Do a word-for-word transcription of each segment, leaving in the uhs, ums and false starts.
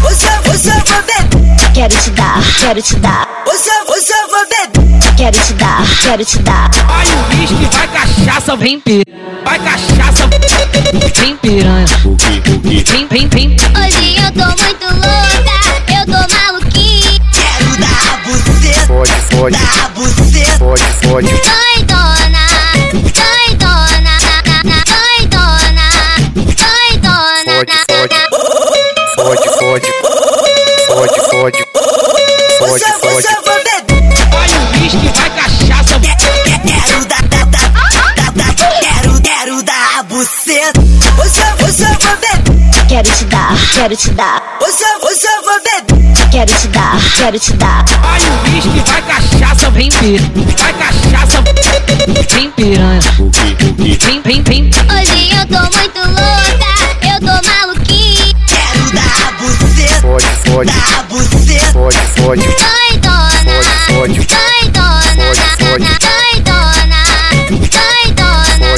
Hoje eu, hoje eu vou beber. Quero te dar, quero te dar. Hoje eu, hoje eu vou beber. Quero te dar, quero te dar. Vai o whisky, vai cachaça, vem piranha. Vai cachaça, vem piranha. Vem, vem, vem. Hoje eu tô muito louca, eu tô maluquinha. Quero dar a buceta, Fode, fode, dar a buceta. fode, fode. Doidona, doidona, doidona, doidona. Fode, fode, fode, fode, fode, Hoje fode, eu, hoje fode. eu vou beber. Vai o whisky, vai cachaça. Quero dar, dar, dar, dar, dar. Quero, quero dar a buceta. Hoje eu, hoje eu vou beber. Quero te dar, quero te dar. Hoje eu, hoje eu vou beber. Quero te dar, quero te dar. Vai o whisky, vai cachaça, vem piranha. Vai cachaça, vem piranha. Vem, vem, vem. Hoje eu tô muito louca, eu tô maluquinha. Quero dar a buceta, Fode, fode, dar a buceta. fode, fode. Doidona, Fode, fode. doidona, Fode, fode. doidona, doidona.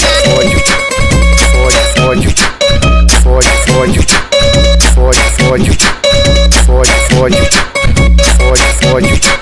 Fode, fode, fode, fode, fode, fode, fode, fode, fode, fode, fode, fode.